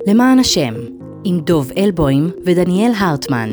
למען השם, עם דוב אלבוים ודניאל הרטמן.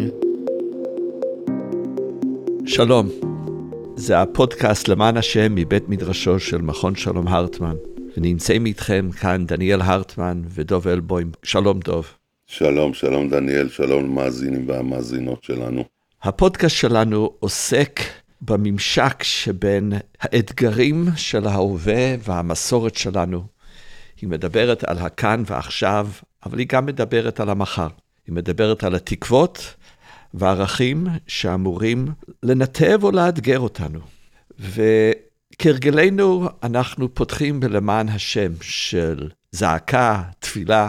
שלום, זה הפודקאסט למען השם מבית מדרשו של מכון שלום הרטמן, ונמצאים איתכם כאן דניאל הרטמן ודוב אלבוים. שלום דוב. שלום, שלום דניאל, שלום למאזינים והמאזינות שלנו. הפודקאסט שלנו עוסק בממשק שבין האתגרים של ההווה והמסורת שלנו. היא מדברת על הכאן ועכשיו, אבל היא גם מדברת על המחר. היא מדברת על התקוות והערכים שאמורים לנתב או לאתגר אותנו. וכרגלנו אנחנו פותחים בלמען השם של זעקה, תפילה.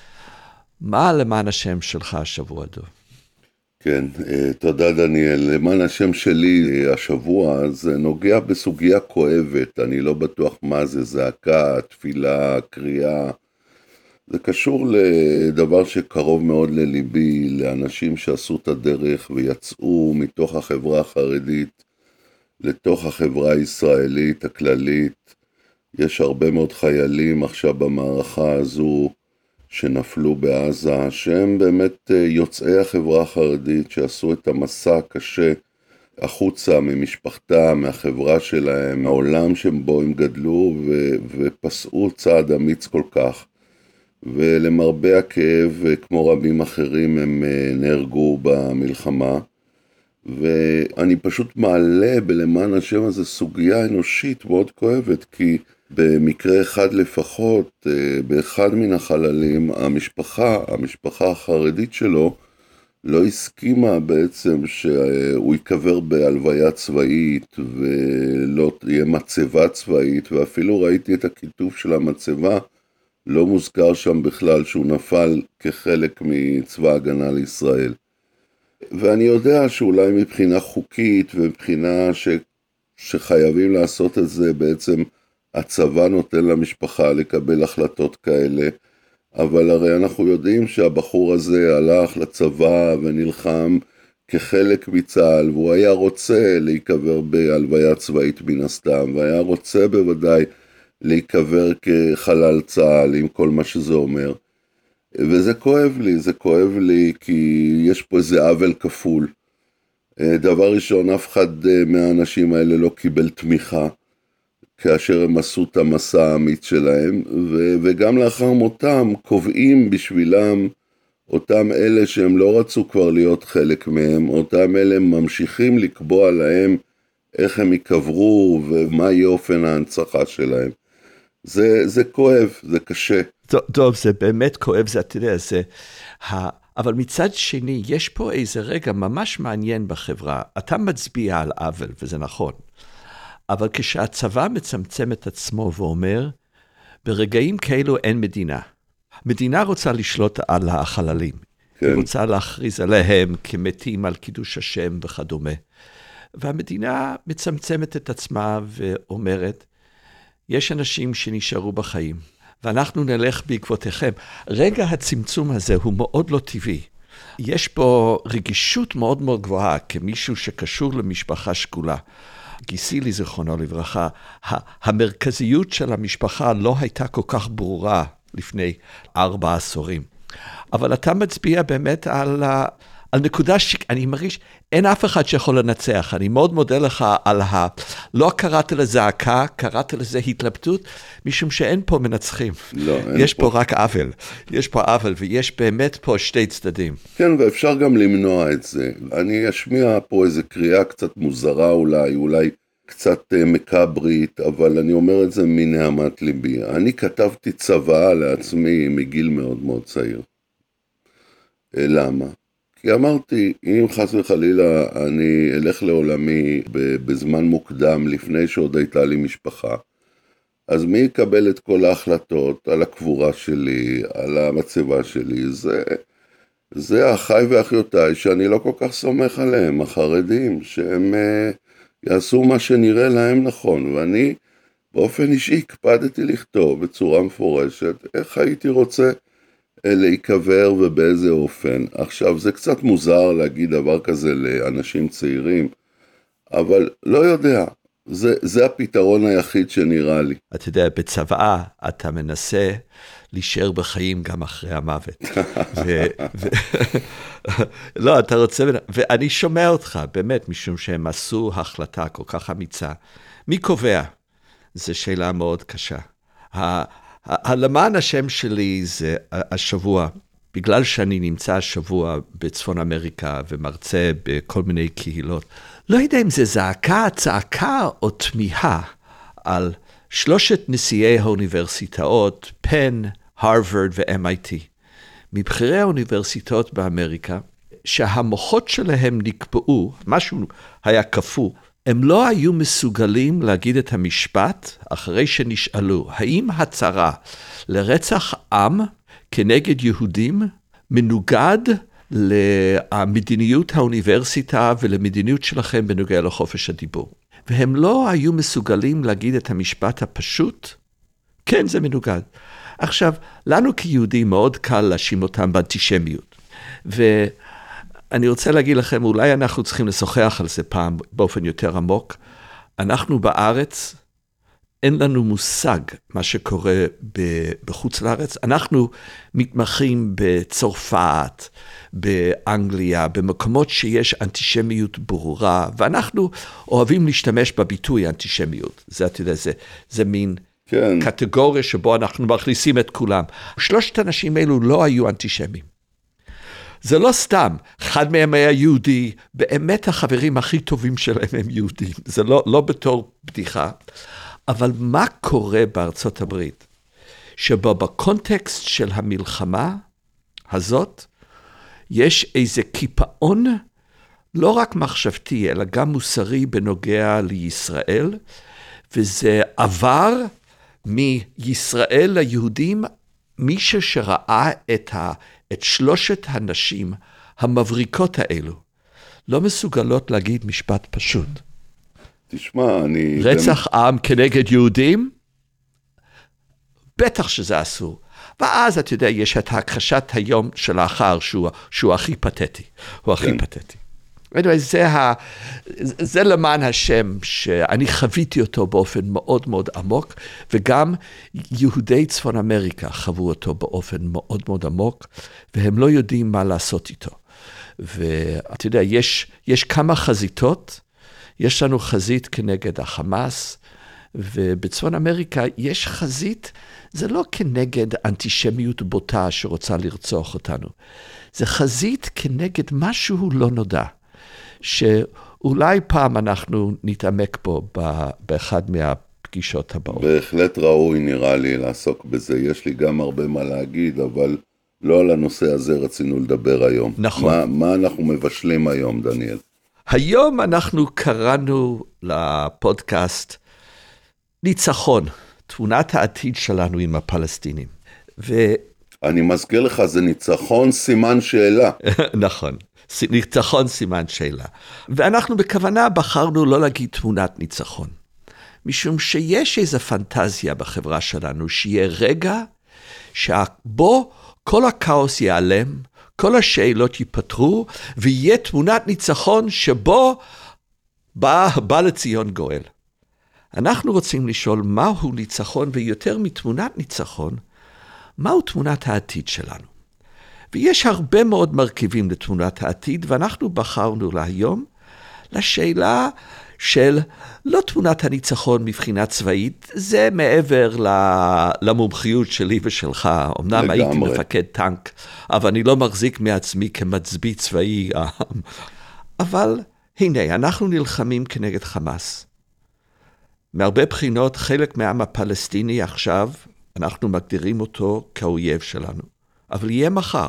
מה למען השם שלך השבוע דוב? כן, תודה דניאל. למען השם שלי השבוע זה נוגע בסוגיה כואבת. אני לא בטוח מה זה זעקה, תפילה, קריאה. זה קשור לדבר שקרוב מאוד לליבי, לאנשים שעשו את הדרך ויצאו מתוך החברה החרדית לתוך החברה הישראלית הכללית. יש הרבה מאוד חיילים עכשיו במערכה הזו שנפלו בעזה, שהם באמת יוצאי החברה החרדית שעשו את המסע הקשה החוצה ממשפחתם, מהחברה שלהם, מהעולם שבו הם גדלו ופסעו צעד אמיץ כל כך. ולמרבה הכאב, כמו רבים אחרים, הם נהרגו במלחמה. ואני פשוט מעלה בלמען השם הזה סוגיה אנושית מאוד כואבת, כי במקרה אחד לפחות, באחד מן החללים, המשפחה החרדית שלו, לא הסכימה בעצם שהוא יקבר בהלוויה צבאית, ולא תהיה מצבה צבאית, ואפילו ראיתי את הכיתוב של המצבה, לא מוזכר שם בכלל שהוא נפל כחלק מצבא הגנה לישראל. ואני יודע שאולי מבחינה חוקית ומבחינה שחייבים לעשות את זה, בעצם הצבא נותן למשפחה לקבל החלטות כאלה, אבל הרי אנחנו יודעים שהבחור הזה הלך לצבא ונלחם כחלק מצה"ל, והוא היה רוצה להיקבר בהלוויה צבאית מן הסתם, והיה רוצה בוודאי להיקבר כחלל צה"ל עם כל מה שזה אומר. וזה כואב לי כי יש פה איזה עוול כפול. דבר ראשון, אף אחד מהאנשים האלה לא קיבל תמיכה כאשר הם עשו את המסע האמיץ שלהם, וגם לאחר מותם קובעים בשבילם אותם אלה שהם לא רצו כבר להיות חלק מהם, אותם אלה ממשיכים לקבוע להם איך הם יקברו ומה יהיה אופן ההנצחה שלהם. זה כואב, זה קשה. טוב, זה באמת כואב, זה, אתה יודע, אבל מצד שני, יש פה איזה רגע ממש מעניין בחברה. אתה מצביע על עוול, וזה נכון. אבל כשהצבא מצמצם את עצמו ואומר, ברגעים כאלו אין מדינה. מדינה רוצה לשלוט על החללים. כן. היא רוצה להכריז עליהם כמתים על קידוש השם וכדומה. והמדינה מצמצמת את עצמה ואומרת, יש אנשים שנשארו בחיים, ואנחנו נלך בעקבותיכם. רגע הצמצום הזה הוא מאוד לא טבעי. יש פה רגישות מאוד מאוד גבוהה, כמישהו שקשור למשפחה שכולה. גיסי לי זיכרונו לברכה, המרכזיות של המשפחה לא הייתה כל כך ברורה לפני 4 עשורים. אבל אתה מצביע באמת על נקודה שאני מרגיש, אין אף אחד שיכול לנצח. אני מאוד מודה לך על לא קראת לזעקה, קראת לזה התלבטות, משום שאין פה מנצחים. לא, יש פה רק עוול. יש פה עוול, ויש באמת פה שתי צדדים. כן, ואפשר גם למנוע את זה. אני אשמיע פה איזו קריאה קצת מוזרה אולי קצת מקברית, אבל אני אומר את זה מנהמת ליבי. אני כתבתי צוואה לעצמי מגיל מאוד מאוד צעיר. למה? כי אמרתי, אם חס וחלילה אני אלך לעולמי בזמן מוקדם, לפני שעוד הייתה לי משפחה, אז מי יקבל את כל ההחלטות על הקבורה שלי, על המצבה שלי? זה האחיי ואחיותיי שאני לא כל כך סומך עליהם, החרדים, שהם יעשו מה שנראה להם נכון. ואני באופן אישי הקפדתי לכתוב בצורה מפורשת איך הייתי רוצה להיקבר ובאיזה אופן. עכשיו, זה קצת מוזר להגיד דבר כזה לאנשים צעירים, אבל לא יודע, זה הפתרון היחיד שנראה לי. אתה יודע, בצבא אתה מנסה להישאר בחיים גם אחרי המוות. לא, אתה רוצה, ואני שומע אותך, באמת, משום שהם עשו החלטה כל כך אמיצה. מי קובע? זו שאלה מאוד קשה. למען השם שלי זה השבוע, בגלל שאני נמצא השבוע בצפון אמריקה ומרצה בכל מיני קהילות, לא יודע אם זה זעקה, צעקה או תמיהה על 3 נשיאי האוניברסיטאות, פן, הרווארד ו-MIT, מבחירי האוניברסיטאות באמריקה, שהמוחות שלהם נקבעו, משהו היה קפוא, הם לא היו מסוגלים להגיד את המשפט אחרי שנשאלו, האם הצהרה לרצח עם כנגד יהודים מנוגד למדיניות האוניברסיטה ולמדיניות שלכם בנוגע לחופש הדיבור. והם לא היו מסוגלים להגיד את המשפט הפשוט, כן, זה מנוגד. עכשיו, לנו כיהודים מאוד קל להאשים אותם באנטישמיות. ואני רוצה להגיד לכם, אולי אנחנו צריכים לשוחח על זה פעם באופן יותר עמוק. אנחנו בארץ, אין לנו מושג מה שקורה בחוץ לארץ. אנחנו מתמחים בצרפת, באנגליה, במקומות שיש אנטישמיות ברורה, ואנחנו אוהבים להשתמש בביטוי אנטישמיות. זה, אתה יודע, זה מין כן. קטגוריה שבו אנחנו מכניסים את כולם. 3 האנשים האלו לא היו אנטישמים. זה לא סתם, אחד מהם היה יהודי, באמת החברים הכי טובים שלהם הם יהודים. זה לא בתור בדיחה. אבל מה קורה בארצות הברית? שבו בקונטקסט של המלחמה הזאת, יש איזה קיפאון, לא רק מחשבתי, אלא גם מוסרי בנוגע לישראל, וזה עבר מישראל ליהודים, מישהו שראה את 3 הנשים המבריקות האלו, לא מסוגלות להגיד משפט פשוט. תשמע, רצח עם כנגד יהודים, בטח שזה אסור. ואז, אתה יודע, יש את הכחשת היום שלאחר, שהוא הכי פתטי. הוא הכי פתטי. זה למען השם, שאני חוויתי אותו באופן מאוד מאוד עמוק, וגם יהודי צפון אמריקה חוו אותו באופן מאוד מאוד עמוק, והם לא יודעים מה לעשות איתו. ואתה יודע, יש כמה חזיתות, יש לנו חזית כנגד החמאס, ובצפון אמריקה יש חזית, זה לא כנגד אנטישמיות בוטה שרוצה לרצוח אותנו. זה חזית כנגד משהו לא נודע, שאולי פעם אנחנו נתעמק פה באחד מהפגישות הבאות. בהחלט ראוי נראה לי לעסוק בזה. יש לי גם הרבה מה להגיד, אבל לא על הנושא הזה רצינו לדבר היום. נכון. מה אנחנו מבשלים היום, דניאל? היום אנחנו קראנו לפודקאסט ניצחון, תמונת העתיד שלנו עם הפלסטינים. אני מזכיר לך, זה ניצחון סימן שאלה. נכון, ניצחון סימן שאלה. ואנחנו בכוונה בחרנו לא להגיד תמונת ניצחון, משום שיש איזו פנטזיה בחברה שלנו, שיהיה רגע שבו כל הכאוס ייעלם, כל השאלות ייפתרו, ויהיה תמונת ניצחון שבו בא לציון גואל. אנחנו רוצים לשאול מהו ניצחון, ויותר מתמונת ניצחון, מהו תמונת העתיד שלנו. ויש הרבה מאוד מרכיבים לתמונת העתיד, ואנחנו בחרנו להיום לשאלה של לא תמונת הניצחון מבחינה צבאית, זה מעבר למומחיות שלי ושלך. אמנם הייתי מפקד טנק, אבל אני לא מחזיק מעצמי כמצביא צבאי. אבל הנה, אנחנו נלחמים כנגד חמאס. מהרבה בחינות, חלק מהעם הפלסטיני עכשיו, אנחנו מגדירים אותו כאויב שלנו. אבל יהיה מחר.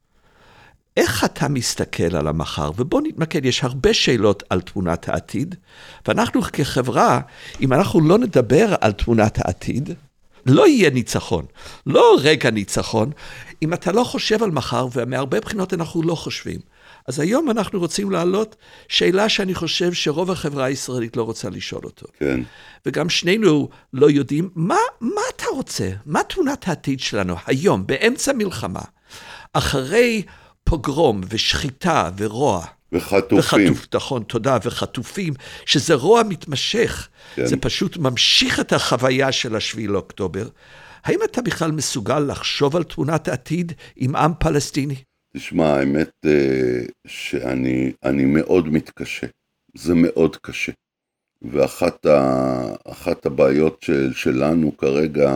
איך אתה מסתכל על המחר? ובוא נתמקד, יש הרבה שאלות על תמונת העתיד, ואנחנו כחברה, אם אנחנו לא נדבר על תמונת העתיד, לא יהיה ניצחון. לא רגע ניצחון, אם אתה לא חושב על מחר, ומהרבה בחינות אנחנו לא חושבים. אז היום אנחנו רוצים להעלות שאלה שאני חושב שרוב החברה הישראלית לא רוצה לשאול אותו. כן. וגם שנינו לא יודעים, מה אתה רוצה? מה תמונת העתיד שלנו היום, באמצע מלחמה, אחרי פוגרום ושחיטה ורוע, וחטופים. נכון, תודה, וחטופים, שזה רוע מתמשך. כן. זה פשוט ממשיך את החוויה של 7 לאוקטובר. האם אתה בכלל מסוגל לחשוב על תמונת העתיד עם עם פלסטיני? תשמע, האמת שאני מאוד מתקשה. זה מאוד קשה. ואחת הבעיות שלנו כרגע,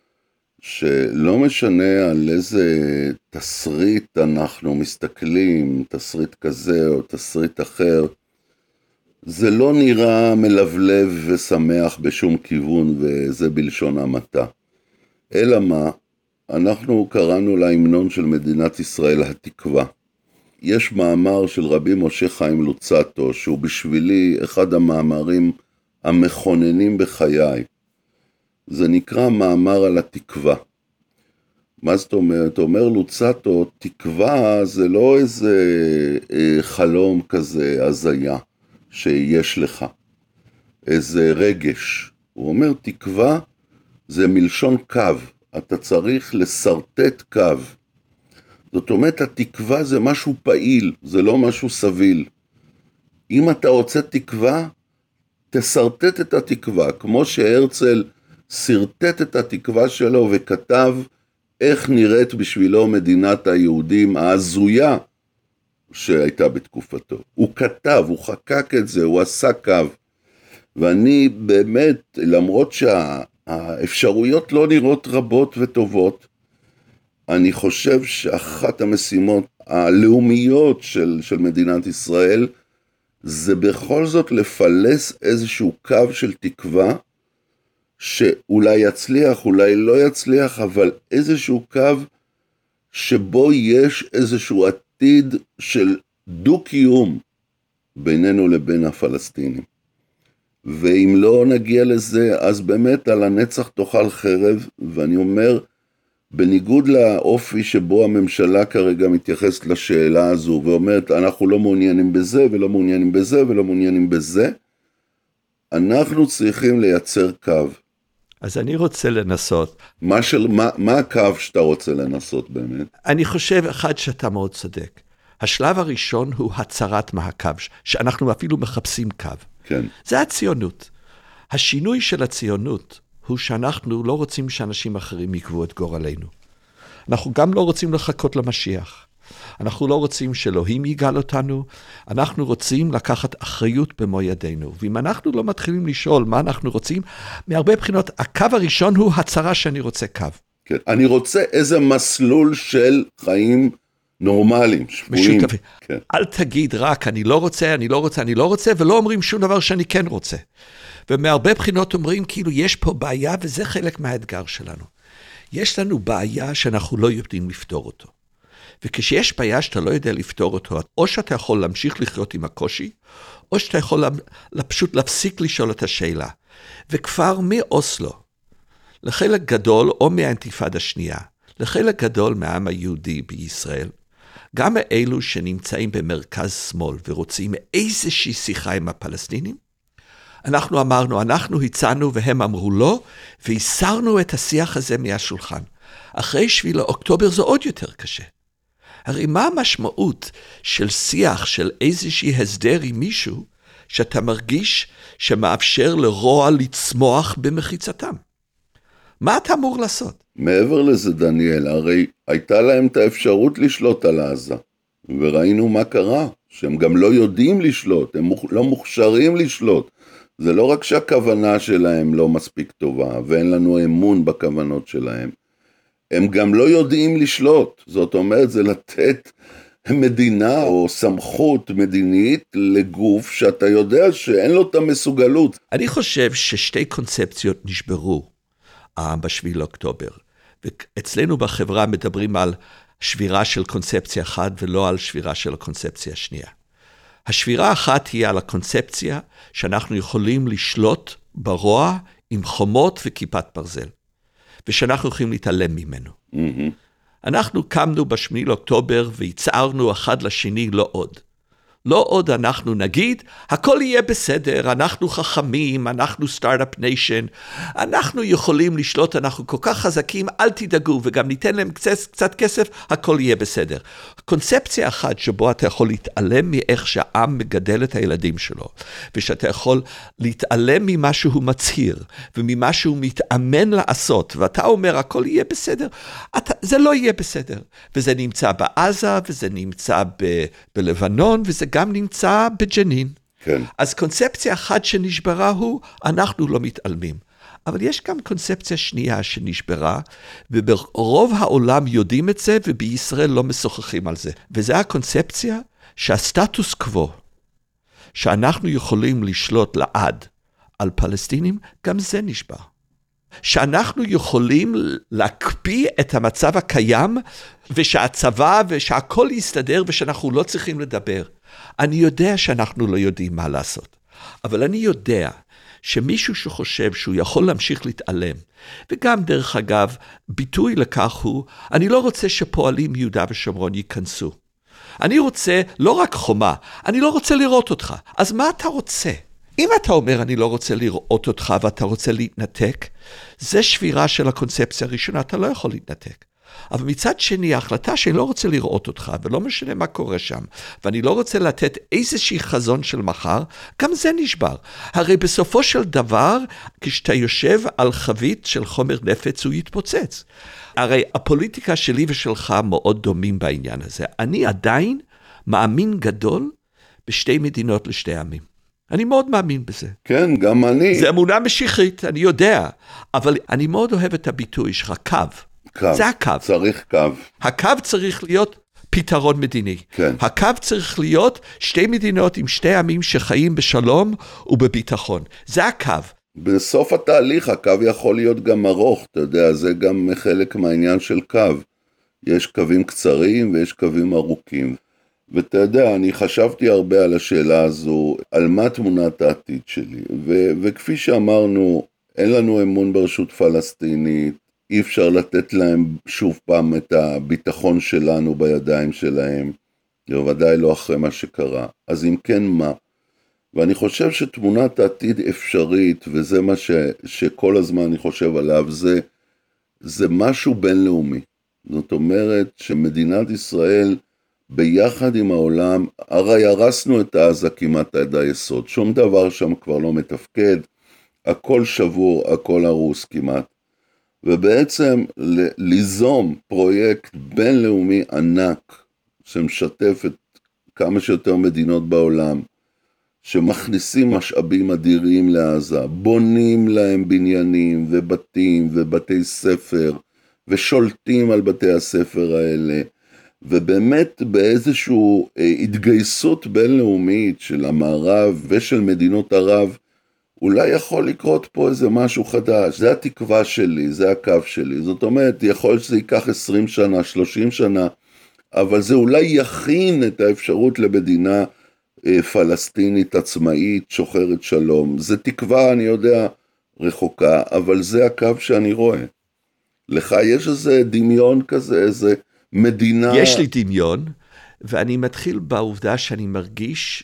שלא משנה על איזה תסריט אנחנו מסתכלים, תסריט כזה או תסריט אחר, זה לא נראה מלבלב ושמח בשום כיוון, וזה בלשון המעטה. אלא מה? אנחנו קראנו להמנון של מדינת ישראל התקווה. יש מאמר של רבי משה חיים לוצטו, שהוא בשבילי אחד המאמרים המכוננים בחיי. זה נקרא מאמר על התקווה. מה זאת אומרת? אומר לוצטו, תקווה זה לא איזה חלום כזה הזיה שיש לך, איזה רגש. הוא אומר, תקווה זה מלשון קו, אתה צריך לסרטט קו. זאת אומרת, התקווה זה משהו פעיל, זה לא משהו סביל. אם אתה רוצה תקווה, תסרטט את התקווה, כמו שהרצל סרטט את התקווה שלו וכתב איך נראית בשבילו מדינת היהודים ההזויה שהייתה בתקופתו. הוא כתב, הוא חקק את זה, הוא עשה קו. ואני באמת, למרות שהאפשרויות לא נראות רבות וטובות, אני חושב שאחת המשימות הלאומיות של מדינת ישראל, זה בכל זאת לפלס איזשהו קו של תקווה, שאולי יצליח, אולי לא יצליח, אבל איזשהו קו שבו יש איזשהו עתיד של דו-קיום בינינו לבין הפלסטינים. ואם לא נגיע לזה, אז באמת על הנצח תאכל חרב, ואני אומר, בניגוד לאופי שבו הממשלה כרגע מתייחסת לשאלה הזו, ואומרת, אנחנו לא מעוניינים בזה, ולא מעוניינים בזה, ולא מעוניינים בזה, אנחנו צריכים לייצר קו. אז אני רוצה לנסות. מה הקו שאתה רוצה לנסות באמת? אני חושב, אחד, שאתה מאוד צודק. השלב הראשון הוא הצרת מהקו, שאנחנו אפילו מחפשים קו. כן. זה הציונות. השינוי של הציונות הוא שאנחנו לא רוצים שאנשים אחרים יקבעו את גורלנו. אנחנו גם לא רוצים לחכות למשיח. אנחנו לא רוצים שאלוהים יגאל אותנו, אנחנו רוצים לקחת אחריות במו ידינו. ואם אנחנו לא מתחילים לשאול מה אנחנו רוצים, מהרבה בחינות, הקו הראשון הוא הצרה שאני רוצה קו. כן. אני רוצה איזה מסלול של חיים נורמליים, שפויים. כן. אל תגיד רק, אני לא רוצה, אני לא רוצה, אני לא רוצה, ולא אומרים שום דבר שאני כן רוצה. ומהרבה בחינות אומרים, כאילו, יש פה בעיה, וזה חלק מהאתגר שלנו. יש לנו בעיה שאנחנו לא יודעים לפתור אותו. וכשיש בעיה שאתה לא יודע לפתור אותו, או שאתה יכול להמשיך לחיות עם הקושי, או שאתה יכול פשוט להפסיק לשאול את השאלה. וכבר מאוסלו, לחלק גדול, או מהאינתיפאדה השנייה, לחלק גדול מהעם היהודי בישראל, גם אלו שנמצאים במרכז שמאל ורוצים איזושהי שיחה עם הפלסטינים, אנחנו אמרנו, אנחנו הצענו והם אמרו לא, והסרנו את השיח הזה מהשולחן. אחרי 7 לאוקטובר זה עוד יותר קשה. הרי מה המשמעות של שיח, של איזושהי הסדר עם מישהו, שאתה מרגיש שמאפשר לרוע לצמוח במחיצתם? מה אתה אמור לעשות? מעבר לזה, דניאל, הרי הייתה להם את האפשרות לשלוט על עזה, וראינו מה קרה, שהם גם לא יודעים לשלוט, הם לא מוכשרים לשלוט. זה לא רק שהכוונה שלהם לא מספיק טובה, ואין לנו אמון בכוונות שלהם, הם גם לא יודעים לשלוט. זאת אומרת, זה לתת מדינה או סמכות מדינית לגוף שאתה יודע שאין לו את המסוגלות. אני חושב ששתי קונספציות נשברו ב7 לאוקטובר, ואצלנו בחברה מדברים על שבירה של קונספציה אחת ולא על שבירה של הקונספציה השנייה. השבירה האחת היא על הקונספציה שאנחנו יכולים לשלוט ברוע עם חומות וכיפת ברזל, ושאנחנו יכולים להתעלם ממנו. אנחנו קמנו ב8 לאוקטובר והצערנו אחד לשני לא עוד. לא עוד אנחנו נגיד, הכל יהיה בסדר, אנחנו חכמים, אנחנו סטארט-אפ ניישן, אנחנו יכולים לשלוט, אנחנו כל כך חזקים, אל תדאגו, וגם ניתן להם קצת כסף, הכל יהיה בסדר. קונספציה אחת שבו אתה יכול להתעלם מאיך שהעם מגדל את הילדים שלו, ושאתה יכול להתעלם ממה שהוא מצהיר, וממה שהוא מתאמן לעשות, ואתה אומר, הכל יהיה בסדר, זה לא יהיה בסדר. וזה נמצא בעזה, וזה נמצא בלבנון, וזה גם נמצא בג'נין. כן. אז קונספציה אחת שנשברה הוא, אנחנו לא מתעלמים. אבל יש גם קונספציה שנייה שנשברה, וברוב העולם יודעים את זה, ובישראל לא משוחחים על זה. וזה הקונספציה שהסטטוס קוו, שאנחנו יכולים לשלוט לעד על פלסטינים, גם זה נשבר. שאנחנו יכולים להקפיא את המצב הקיים, ושהצבא ושהכל יסתדר, ושאנחנו לא צריכים לדבר. אני יודע שאנחנו לא יודעים מה לעשות, אבל אני יודע שמישהו שחושב שהוא יכול להמשיך להתעלם, וגם דרך אגב, ביטוי לכך הוא, אני לא רוצה שפועלים מיהודה ושומרון ייכנסו. אני רוצה לא רק חומה, אני לא רוצה לראות אותך. אז מה אתה רוצה? אם אתה אומר, אני לא רוצה לראות אותך ואתה רוצה להתנתק, זה שבירה של הקונספציה הראשונה, אתה לא יכול להתנתק. אבל מצד שני, ההחלטה שאני לא רוצה לראות אותך, ולא משנה מה קורה שם, ואני לא רוצה לתת איזושהי חזון של מחר, גם זה נשבר. הרי בסופו של דבר, כשאתה יושב על חבית של חומר נפץ, הוא יתפוצץ. הרי הפוליטיקה שלי ושלך מאוד דומים בעניין הזה. אני עדיין מאמין גדול בשתי מדינות לשתי עמים. אני מאוד מאמין בזה. כן, גם אני. זה אמונה משיחית, אני יודע, אבל אני מאוד אוהב את הביטוי שלך, קו. קו. זה הקו. צריך קו. הקו צריך להיות פתרון מדיני. כן. הקו צריך להיות שתי מדינות עם שתי עמים שחיים בשלום ובביטחון. זה הקו. בסוף התהליך הקו יכול להיות גם ארוך, אתה יודע, זה גם חלק מהעניין של קו. יש קווים קצרים ויש קווים ארוכים. ואתה יודע, אני חשבתי הרבה על השאלה הזו, על מה תמונת העתיד שלי. וכפי שאמרנו, אין לנו אמון ברשות פלסטינית, אי אפשר לתת להם שוב פעם את הביטחון שלנו בידיים שלהם, בוודאי לא אחרי מה שקרה. אז אם כן, מה? ואני חושב שתמונת העתיד אפשרית, וזה מה שכל הזמן אני חושב עליו, זה משהו בינלאומי. זאת אומרת שמדינת ישראל, ביחד עם העולם, הרי הרסנו את עזה כמעט עד היסוד, שום דבר שם כבר לא מתפקד, הכל שבור, הכל הרוס כמעט. ובעצם ליזום פרויקט בינלאומי ענק, שמשתף את כמה שיותר מדינות בעולם, שמכניסים משאבים אדירים לעזה, בונים להם בניינים ובתים ובתי ספר, ושולטים על בתי הספר האלה, ובאמת באיזושהי התגייסות בינלאומית של המערב ושל מדינות ערב, אולי יכול לקרות פה איזה משהו חדש. זה התקווה שלי, זה הקו שלי. זאת אומרת, יכול שזה ייקח 20 שנה, 30 שנה, אבל זה אולי יכין את האפשרות למדינה פלסטינית עצמאית, שוחרת שלום. זה תקווה, אני יודע, רחוקה, אבל זה הקו שאני רואה. לך יש איזה דמיון כזה, איזה מדינה... יש לי דמיון, ואני מתחיל בעובדה שאני מרגיש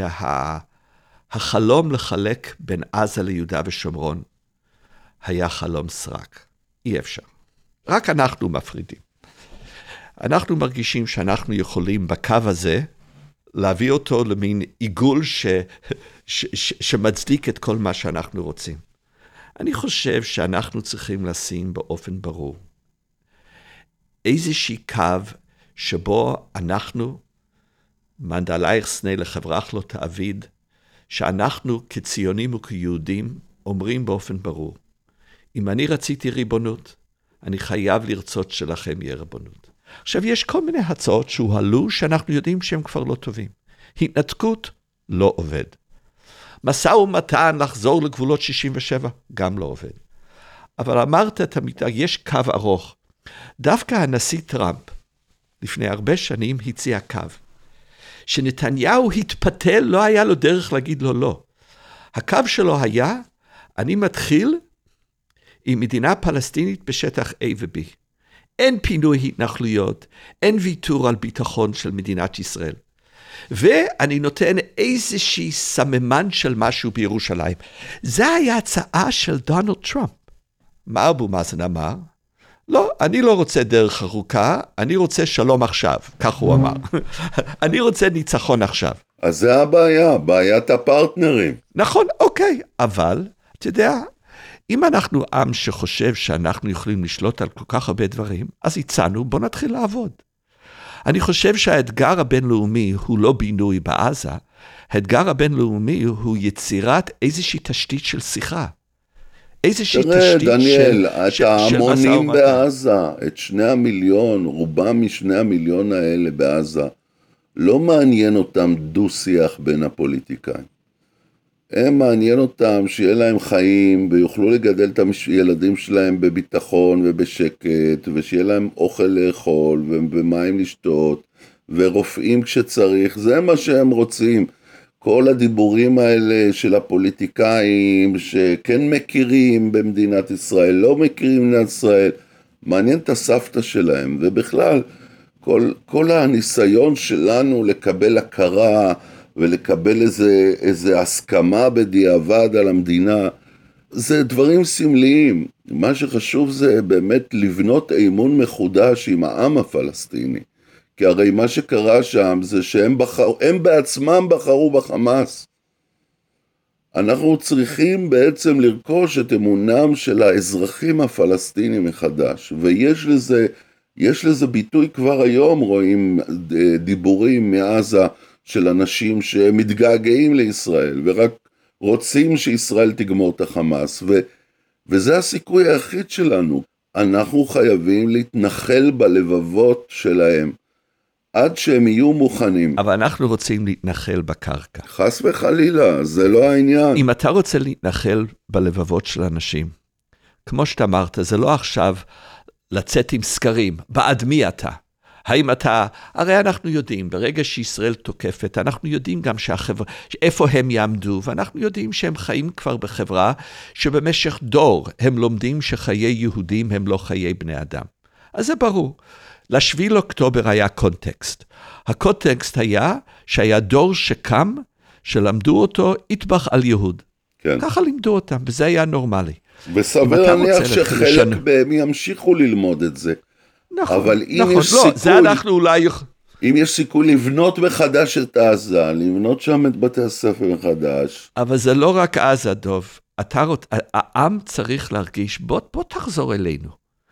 החלום לחלק בין עזה ליהודה ושומרון היה חלום סרק. אי אפשר. רק אנחנו מפרידים. אנחנו מרגישים שאנחנו יכולים בקו הזה להביא אותו למין עיגול שמצדיק את כל מה שאנחנו רוצים. אני חושב שאנחנו צריכים לשים באופן ברור איזושהי קו שבו אנחנו, מנדלייך סנה לחברך לא תעביד, שאנחנו כציונים וכיהודים אומרים באופן ברור, אם אני רציתי ריבונות, אני חייב לרצות שלכם יהיה ריבונות. עכשיו יש כל מיני הצעות שהועלו שאנחנו יודעים שהם כבר לא טובים. התנתקות לא עובד. משא ומתן לחזור לגבולות 67 גם לא עובד. אבל אמרת תמיד, יש קו ארוך. דווקא הנשיא טראמפ לפני הרבה שנים הציע קו. שנתניהו התפתל, לא היה לו דרך להגיד לו לא. הקו שלו היה, אני מתחיל עם מדינה פלסטינית בשטח A ו-B. אין פינוי התנחלויות, אין ויתור על ביטחון של מדינת ישראל. ואני נותן איזושהי סממן של משהו בירושלים. זה היה הצעה של דונלד טראמפ. מה אבו מאזן אמר? לא, אני לא רוצה דרך ארוכה, אני רוצה שלום עכשיו, כך הוא אמר. אני רוצה ניצחון עכשיו. אז זה הבעיה, בעיית הפרטנרים. נכון, אוקיי, אבל, אתה יודע, אם אנחנו עם שחושב שאנחנו יכולים לשלוט על כל כך הרבה דברים, אז הצענו, בוא נתחיל לעבוד. אני חושב שהאתגר הבינלאומי הוא לא בינוי בעזה, האתגר הבינלאומי הוא יצירת איזושהי תשתית של שיחה. איזושהי תראה, תשתית דניאל, של את ההמונים משא בעזה, את 2 המיליון, רובם מ2 המיליון האלה בעזה, לא מעניין אותם דו-שיח בין הפוליטיקאים. הם מעניין אותם שיהיה להם חיים, ויוכלו לגדל את הילדים שלהם בביטחון ובשקט, ושיהיה להם אוכל לאכול, ומים לשתות, ורופאים כשצריך, זה מה שהם רוצים. כל הדיבורים האלה של הפוליטיקאים, שכן מכירים במדינת ישראל, לא מכירים במדינת ישראל, מעניין את הסבתא שלהם, ובכלל, כל הניסיון שלנו לקבל הכרה, ולקבל איזה הסכמה בדיעבד על המדינה, זה דברים סמליים. מה שחשוב זה באמת לבנות אמון מחודש עם העם הפלסטיני. כי הרי מה שקרה שם זה שהם בעצמם בחרו בחמאס. אנחנו צריכים בעצם לרכוש את אמונם של האזרחים הפלסטינים מחדש, ויש לזה ביטוי כבר היום, רואים דיבורים מעזה של אנשים שמתגעגעים לישראל, ורק רוצים שישראל תגמור את החמאס, וזה הסיכוי היחיד שלנו. אנחנו חייבים להתנחל בלבבות שלהם, עד שהם יהיו מוכנים. אבל אנחנו רוצים להתנחל בקרקע. חס וחלילה, זה לא העניין. אם אתה רוצה להתנחל בלבבות של אנשים, כמו שאתה אמרת, זה לא עכשיו לצאת עם סקרים, בעד מי אתה? האם אתה, הרי אנחנו יודעים, ברגע שישראל תוקפת, אנחנו יודעים גם איפה הם יעמדו, ואנחנו יודעים שהם חיים כבר בחברה, שבמשך דור הם לומדים שחיי יהודים הם לא חיי בני אדם. אז זה ברור. ל7 לאוקטובר היה קונטקסט. הקונטקסט היה שהיה דור שקם, שלמדו אותו יטבח על יהוד. כן. ככה לימדו אותם, וזה היה נורמלי. וסביר להניח שחלק מהם ימשיכו ללמוד את זה. נכון, אבל אם נכון, יש לא, סיכוי, זה אנחנו אולי... אם יש סיכוי לבנות מחדש את עזה, לבנות שם את בתי הספר מחדש. אבל זה לא רק עזה, דוב. העם צריך להרגיש, בוא תחזור אלינו.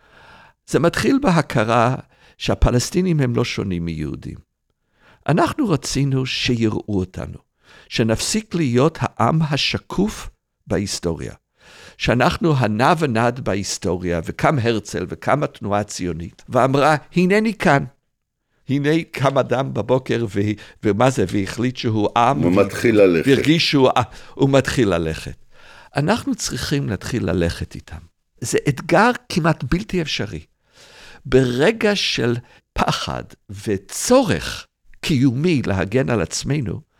זה מתחיל בהכרה שהפלסטינים הם לא שונים מיהודים. אנחנו רצינו שיראו אותנו, שנפסיק להיות העם השקוף בהיסטוריה. שאנחנו הנע ונד בהיסטוריה, וקם הרצל וקם התנועה הציונית, ואמרה, הנני כאן. הנה קם אדם בבוקר, ומה זה, והחליט שהוא עם. הוא מתחיל ללכת. והרגיש שהוא מתחיל ללכת. אנחנו צריכים להתחיל ללכת איתם. זה אתגר כמעט בלתי אפשרי. ברגע של פחד וצורך קיומי להגן על עצמנו,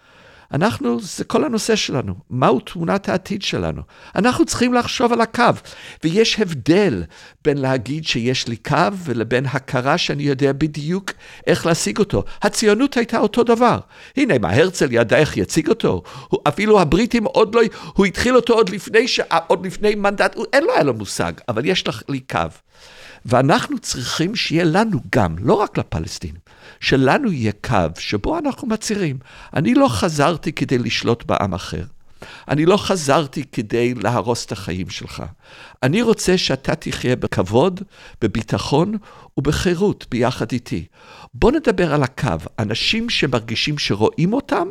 זה כל הנושא שלנו. מהו תמונת העתיד שלנו? אנחנו צריכים לחשוב על הקו, ויש הבדל בין להגיד שיש לי קו, ולבין הכרה שאני יודע בדיוק איך להשיג אותו. הציונות הייתה אותו דבר. הנה, מה הרצל ידע איך יציג אותו? אפילו הבריטים הוא התחיל אותו עוד לפני מנדט, אין לו היה לו מושג, אבל יש לי קו. ואנחנו צריכים שיהיה לנו גם, לא רק לפלסטינים, שלנו יהיה קו שבו אנחנו מצירים. אני לא חזרתי כדי לשלוט בעם אחר. אני לא חזרתי כדי להרוס את החיים שלך. אני רוצה שאתה תחיה בכבוד, בביטחון ובחירות ביחד איתי. בוא נדבר על הקו. אנשים שמרגישים שרואים אותם,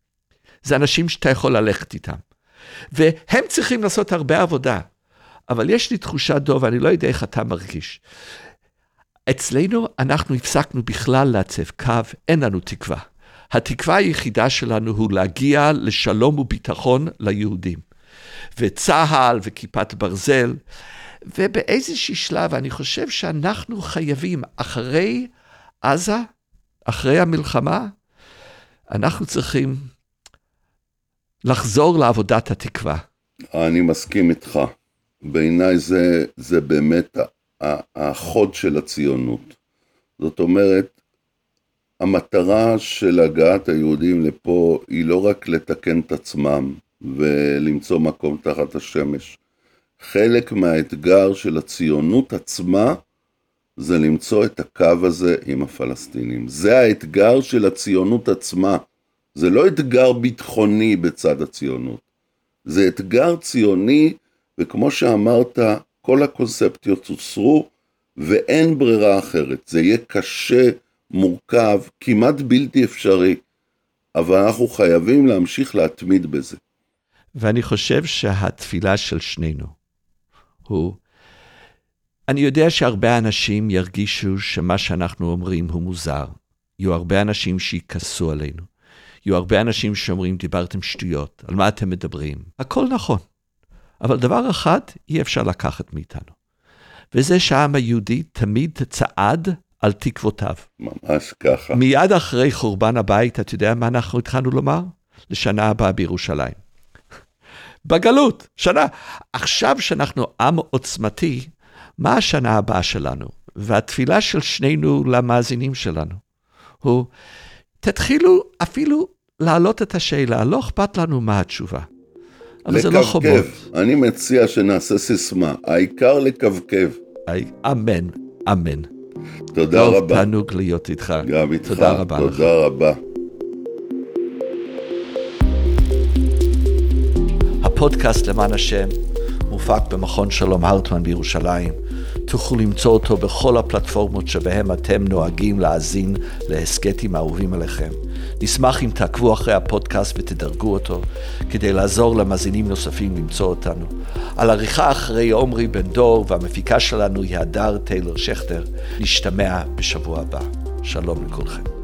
זה אנשים שאתה יכול ללכת איתם. והם צריכים לעשות הרבה עבודה. אבל יש לי תחושה דוב, אני לא יודע איך אתה מרגיש. אצלנו אנחנו הפסקנו בכלל לעצב קו, אין לנו תקווה. התקווה היחידה שלנו הוא להגיע לשלום וביטחון ליהודים. וצהל וכיפת ברזל, ובאיזשהו שלב אני חושב שאנחנו חייבים, אחרי עזה, אחרי המלחמה, אנחנו צריכים לחזור לעבודת התקווה. אני מסכים איתך. בעיניי זה באמת החוד של הציונות. זאת אומרת, המטרה של הגעת היהודים לפה היא לא רק לתקן את עצמם ולמצוא מקום תחת השמש. חלק מהאתגר של הציונות עצמה זה למצוא את הקו הזה עם הפלסטינים. זה האתגר של הציונות עצמה. זה לא אתגר ביטחוני בצד הציונות. זה אתגר ציוני, וכמו שאמרת, כל הקונספטיות הוסרו, ואין ברירה אחרת. זה יהיה קשה, מורכב, כמעט בלתי אפשרי, אבל אנחנו חייבים להמשיך להתמיד בזה. ואני חושב שהתפילה של שנינו הוא, אני יודע שהרבה אנשים ירגישו שמה שאנחנו אומרים הוא מוזר. יהיו הרבה אנשים שיקסו עלינו. יהיו הרבה אנשים שאומרים, דיברתם שטויות, על מה אתם מדברים? הכל נכון. אבל דבר אחד אי אפשר לקחת מאיתנו. וזה שהעם היהודי תמיד צעד על תקוותיו. ממש ככה. מיד אחרי חורבן הבית, אתה יודע מה אנחנו התחלנו לומר? לשנה הבאה בירושלים. בגלות, שנה. עכשיו שאנחנו עם עוצמתי, מה השנה הבאה שלנו? והתפילה של שנינו למאזינים שלנו, הוא, תתחילו אפילו להעלות את השאלה, לא אכפת לנו מה התשובה. אבל זה לא חובות. אני מציע שנעשה סיסמה, העיקר לקבקב. אמן, אמן. תודה רבה. טוב, תענוג להיות איתך. גם איתך. תודה רבה. תודה רבה. הפודקאסט למען השם מופק במכון שלום הרטמן בירושלים. תוכלו למצוא אותו בכל הפלטפורמות שבהם אתם נוהגים להאזין להסקטים האהובים עליכם. נשמח אם תעקבו אחרי הפודקאסט ותדרגו אותו, כדי לעזור למאזינים נוספים למצוא אותנו. על עריכה אחרי עומרי בן דור, והמפיקה שלנו היא הדר טיילר שכטר. נשתמע בשבוע הבא. שלום לכולכם.